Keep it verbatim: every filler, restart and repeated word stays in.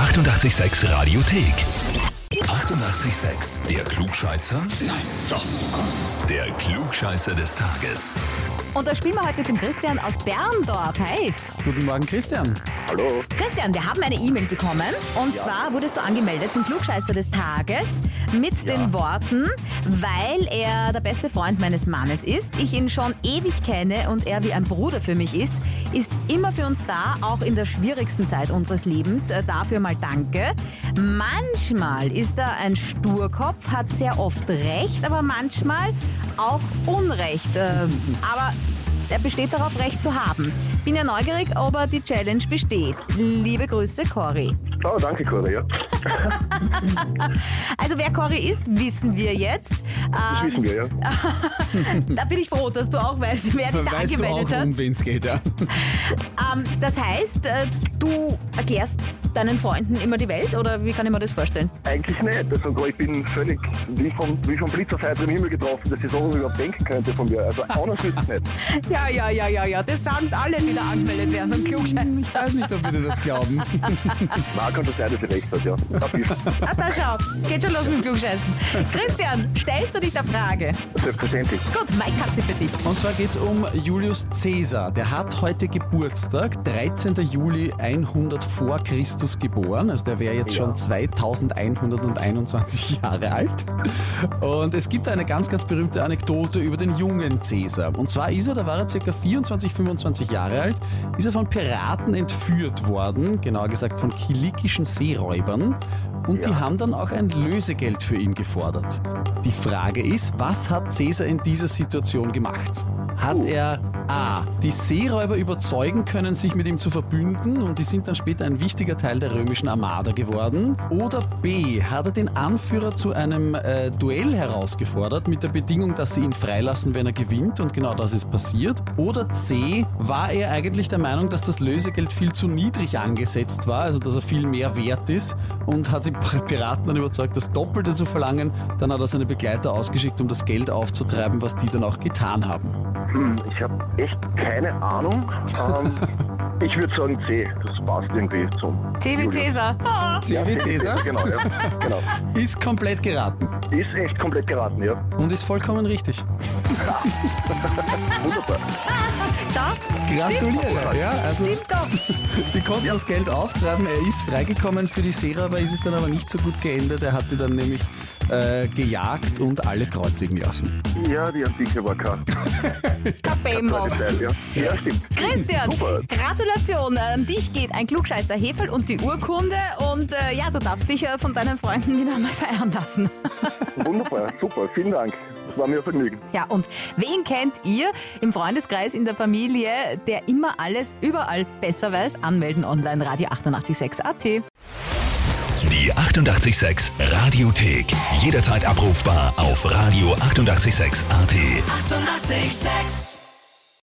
achtundachtzig Komma sechs Radiothek. achtundachtzig Komma sechs. Der Klugscheißer? Nein, doch. Der Klugscheißer des Tages. Und da spielen wir heute mit dem Christian aus Berndorf. Hey. Guten Morgen, Christian. Hallo. Christian, wir haben eine E-Mail bekommen. Und Ja. zwar wurdest du angemeldet zum Klugscheißer des Tages mit Ja. den Worten, weil er der beste Freund meines Mannes ist, ich ihn schon ewig kenne und er wie ein Bruder für mich ist, ist immer für uns da, auch in der schwierigsten Zeit unseres Lebens. Äh, Dafür mal danke. Manchmal ist er ein Sturkopf, hat sehr oft recht, aber manchmal auch Unrecht. Äh, Aber er besteht darauf, Recht zu haben. Bin ja neugierig, ob er die Challenge besteht. Liebe Grüße, Cory. Oh, danke, Cory. Ja. Also wer Cory ist, wissen wir jetzt. Das Ähm, wissen wir, ja. da bin ich froh, dass du auch weißt, wer dich da Weißt du auch, angemeldet hat. um wen es geht, ja? Ähm, das heißt, äh, du erklärst deinen Freunden immer die Welt, oder wie kann ich mir das vorstellen? Eigentlich nicht. Also, ich bin völlig wie vom, wie vom Blitz auf heiterem Himmel getroffen, dass ich so überhaupt denken könnte von mir. Also, anders ist es nicht. Ja, ja, ja, ja, ja. Das sagen es alle, die da angemeldet werden beim Ich Klugscheißer. weiß nicht, ob wir dir das glauben. Nein, kann das sein, dass ich recht hat, ja. Das ist Ah, da schau, geht schon los mit dem Klugscheißen. Christian, stellst du dich der Frage? selbstverständlich. Gut, Mike hat sie für dich. Und zwar geht es um Julius Caesar. Der hat heute Geburtstag, dreizehnten Juli hundert vor Christus geboren. Also der wäre jetzt Ja. schon zweitausendeinhunderteinundzwanzig Jahre alt. Und es gibt eine ganz, ganz berühmte Anekdote über den jungen Caesar. Und zwar ist er, da war er ca. vierundzwanzig, fünfundzwanzig Jahre alt, ist er von Piraten entführt worden, genauer gesagt von kilikischen Seeräubern. Und die Ja. haben dann auch ein Lösegeld für ihn gefordert. Die Frage ist, was hat Caesar in dieser Situation gemacht? Hat Uh. er A. die Seeräuber überzeugen können, sich mit ihm zu verbünden, und die sind dann später ein wichtiger Teil der römischen Armada geworden? Oder B. hat er den Anführer zu einem äh, Duell herausgefordert mit der Bedingung, dass sie ihn freilassen, wenn er gewinnt, und genau das ist passiert? Oder C. war er eigentlich der Meinung, dass das Lösegeld viel zu niedrig angesetzt war, also dass er viel mehr wert ist, und hat die Piraten dann überzeugt, das Doppelte zu verlangen? Dann hat er seine Begleiter ausgeschickt, um das Geld aufzutreiben, was die dann auch getan haben. Hm, ich habe echt keine Ahnung. Ähm, ich würde sagen C. Das passt irgendwie zum. C wie Julius. Cäsar. Ah. C wie Caesar? Genau, ja. Genau. Ist komplett geraten. Ist echt komplett geraten, ja. Und ist vollkommen richtig. Wunderbar. Schau, Gratuliere. Ja, also stimmt doch. die konnten das Geld auftreiben. Er ist freigekommen. Für die Seeräuber ist es dann aber nicht so gut geendet. Er hat die dann nämlich äh, gejagt und alle kreuzigen lassen. Ja, die Antike war krass. Kabemo. Ja. ja, stimmt. Christian, Super. Gratulation. An dich geht ein Klugscheißer Heferl und die Urkunde. Und äh, ja, du darfst dich äh, von deinen Freunden wieder einmal feiern lassen. Wunderbar, super. Vielen Dank. Das war mir ein Vergnügen. Ja, und wen kennt ihr im Freundeskreis, in der Familie, der immer alles überall besser weiß? Anmelden online, Radio achtundachtzig Komma sechs A T. Die achtundachtzig Komma sechs Radiothek. Jederzeit abrufbar auf Radio achtundachtzig Komma sechs A T. achtundachtzig Komma sechs